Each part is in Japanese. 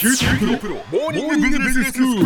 キューティープロモーニングビジネススクール。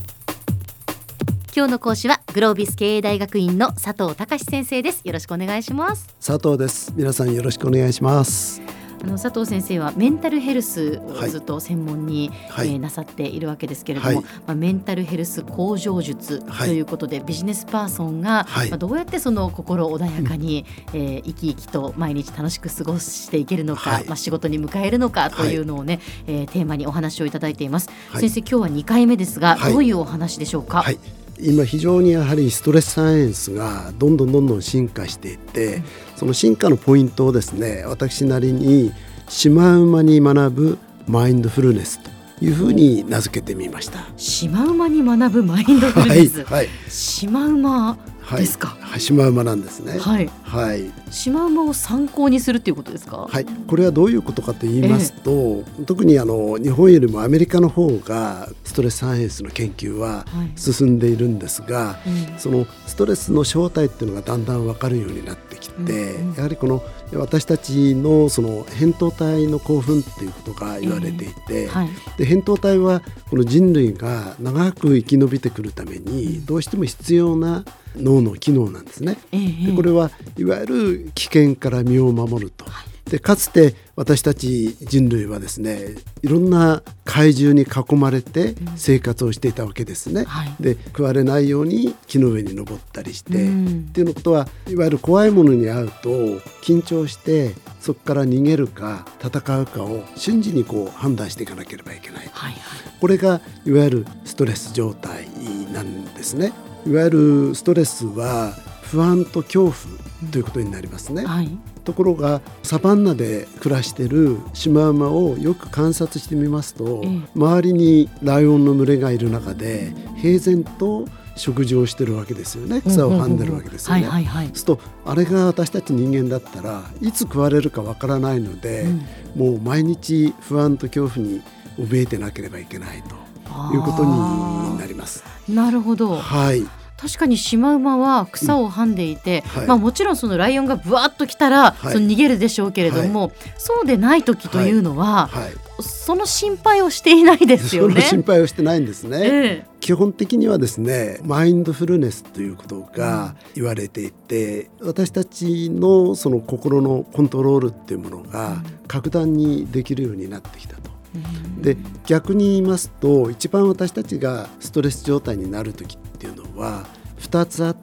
今日の講師はグロービス経営大学院の佐藤隆先生です。よろしくお願いします。 佐藤です。皆さんよろしくお願いします。 佐藤先生はメンタルヘルスをずっと専門に、なさっているわけですけれども、メンタルヘルス向上術ということで、ビジネスパーソンが、どうやってその心穏やかに、生き生きと毎日楽しく過ごしていけるのか、仕事に迎えるのかというのをね、テーマにお話をいただいています。先生、今日は2回目ですが、どういうお話でしょうか？ 今非常にやはりストレスサイエンスがどんどん進化していて、その進化のポイントをですね、私なりにシマウマに学ぶマインドフルネスというふうに名付けてみました。 シマウマに学ぶマインドフルネス、シマウマですか？ シマウマなんですね。 シマウマを参考にするということですか？ これはどういうことかと言いますと、特に日本よりもアメリカの方がストレスサイエンスの研究は進んでいるんですが、そのストレスの正体っていうのがだんだん分かるようになってきて、やはりこの私たちのその扁桃体の興奮っていうことが言われていて、で扁桃体はこの人類が長く生き延びてくるためにどうしても必要な脳の機能なんですね。でこれはいわゆる危険から身を守ると。でかつて私たち人類はですね、いろんな怪獣に囲まれて生活をしていたわけですね。で食われないように木の上に登ったりして、っていうのことはいわゆる怖いものに遭うと緊張してそこから逃げるか戦うかを瞬時に判断していかなければいけない。これがいわゆるストレス状態なんですね。いわゆるストレスは不安と恐怖ということになりますね。ところがサバンナで暮らしているシマウマをよく観察してみますと、周りにライオンの群れがいる中で平然と食事をしてるわけですよね。草をはんでるわけですよね。そうするとあれが私たち人間だったらいつ食われるかわからないので、もう毎日不安と恐怖に怯えてなければいけないということになります。 なるほど。確かにシマウマは草をはんでいて、もちろんそのライオンがブワッと来たら、その逃げるでしょうけれども、そうでない時というのは、その心配をしていないですよね。 その心配をしてないんですね。基本的にはですね、マインドフルネスということが言われていて、私たちのその心のコントロールっていうものが格段にできるようになってきたと。で逆に言いますと、一番私たちがストレス状態になる時っていうのは2つあって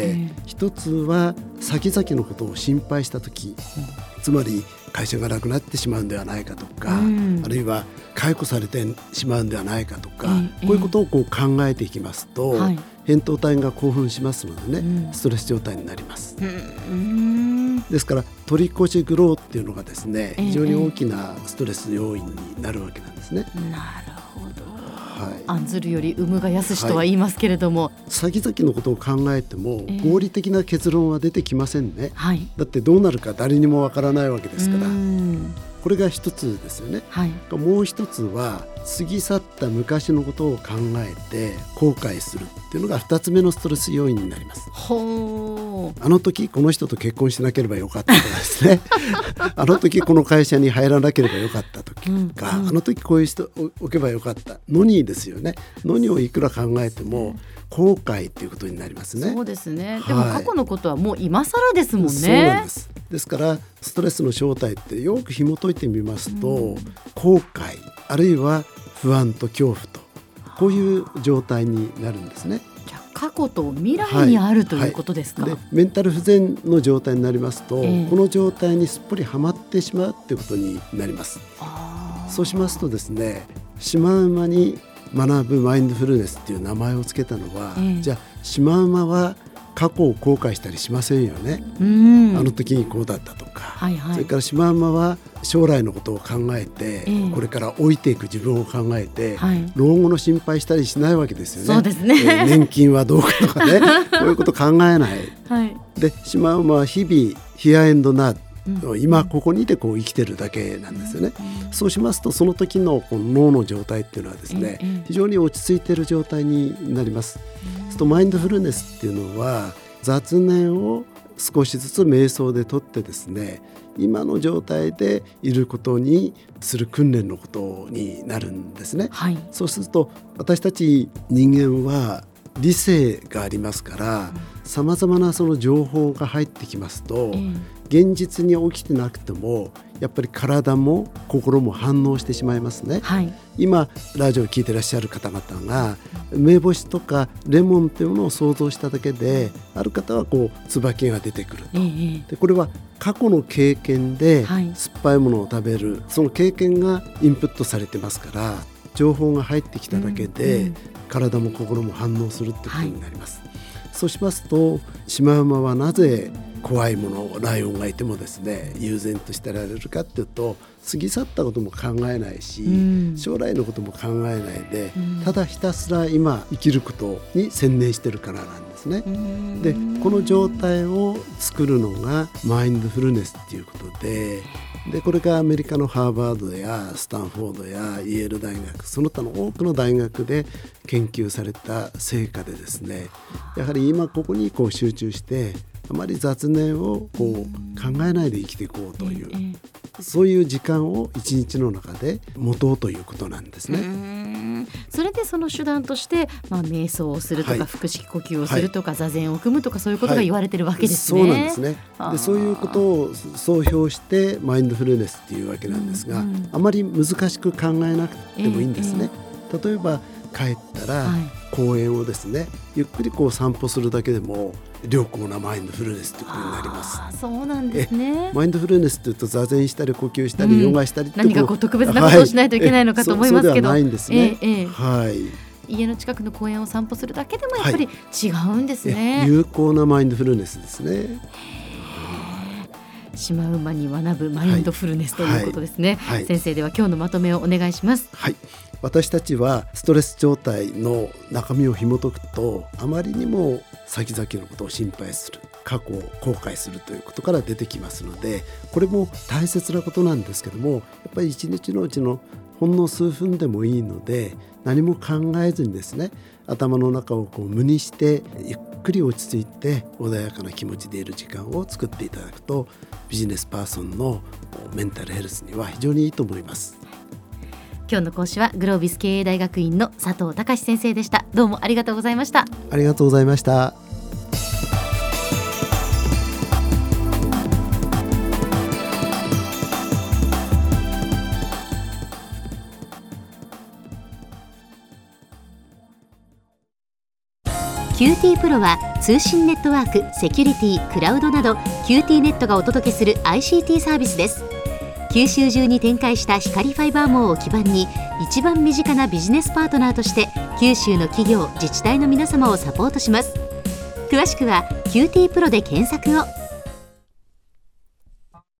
、1つは先々のことを心配した時、つまり会社がなくなってしまうんではないかとか、あるいは解雇されてしまうんではないかとか、こういうことを考えていきますと、扁桃体が興奮しますのでね、ストレス状態になります。ですから取り越し苦労っていうのがですね、非常に大きなストレス要因になるわけなんですね。 なるほど。案ずるより産むが易しとは言いますけれども、 先々のことを考えても合理的な結論は出てきませんね。だってどうなるか誰にもわからないわけですから。これが一つですよね。もう一つは過ぎ去った昔のことを考えて後悔するっていうのが二つ目のストレス要因になります。あの時この人と結婚しなければよかったとかですねあの時この会社に入らなければよかったとか、あの時こういう人を置けばよかったのにですよね。のにをいくら考えても後悔っていうことになりますね。 そうですね。でも過去のことはもう今更ですもんね。 そうなんです。ですからストレスの正体ってよく紐解いてみますと、後悔あるいは不安と恐怖と、こういう状態になるんですね。 じゃあ過去と未来にあるということですか？ でメンタル不全の状態になりますと、この状態にすっぽりはまってしまうということになります。そうしますとですね、シマウマに学ぶマインドフルネスっていう名前をつけたのは、じゃあシマウマは過去を後悔したりしませんよね。あの時にこうだったとか、それからシマウマは将来のことを考えて、これから老いていく自分を考えて、老後の心配したりしないわけですよね。 そうですね。 年金はどうかとかねこういうこと考えない。でシマウマは日々ヒアエンドナー、今ここにいて生きてるだけなんですよね。そうしますとその時のこの脳の状態っていうのはですね、非常に落ち着いている状態になります。マインドフルネスっていうのは雑念を少しずつ瞑想でとってですね、今の状態でいることにする訓練のことになるんですね、はい、そうすると私たち人間は理性がありますからさまざまなその情報が入ってきますと、現実に起きてなくてもやっぱり体も心も反応してしまいますね、はい、今ラジオを聞いてらっしゃる方々が梅干しとかレモンというものを想像しただけで、ある方はこう椿が出てくると、でこれは過去の経験で酸っぱいものを食べる、その経験がインプットされてますから、情報が入ってきただけで体も心も反応するってことになります、はい、そうしますとシマウマはなぜ怖いもの、ライオンがいてもですね悠然としてられるかっていうと、過ぎ去ったことも考えないし、将来のことも考えないで、ただひたすら今生きることに専念してるからなんですね。でこの状態を作るのがマインドフルネスっていうことで、これがアメリカのハーバードやスタンフォードやイェール大学、その他の多くの大学で研究された成果でですね、やはり今ここにこう集中してあまり雑念をこう考えないで生きていこうという、そういう時間を一日の中で持とうということなんですね。 それでその手段として、瞑想をするとか、はい、腹式呼吸をするとか、はい、座禅を組むとか、そういうことが言われてるわけですね、 そうなんですね。でそういうことを総評してマインドフルネスっていうわけなんですが、あまり難しく考えなくてもいいんですね、例えば帰ったら公園をですね、ゆっくりこう散歩するだけでも良好なマインドフルネスということになります。 そうなんですね。 マインドフルネスというと座禅したり呼吸したりヨガしたりって、 何かこう特別なことをしないといけないのかと思いますけど、 そうではないんですね、はい、 家の近くの公園を散歩するだけでもやっぱり違うんですね、 有効なマインドフルネスですね。 シマウマに学ぶマインドフルネスということですね、先生、では今日のまとめをお願いします。 はい、私たちはストレス状態の中身を紐解くと、あまりにも先々のことを心配する、過去を後悔するということから出てきますので、これも大切なことなんですけども、やっぱり一日のうちのほんの数分でもいいので、何も考えずにですね、頭の中をこう無にしてゆっくり落ち着いて穏やかな気持ちでいる時間を作っていただくと、ビジネスパーソンのメンタルヘルスには非常にいいと思います。 今日の講師はグロービス経営大学院の佐藤孝先生でした。どうもありがとうございました。 ありがとうございました。 QT プロは通信ネットワーク、セキュリティ、クラウドなど QT ネットがお届けする ICT サービスです。九州中に展開した光ファイバー網を基盤に、一番身近なビジネスパートナーとして九州の企業、自治体の皆様をサポートします。詳しくは QT プロで検索を。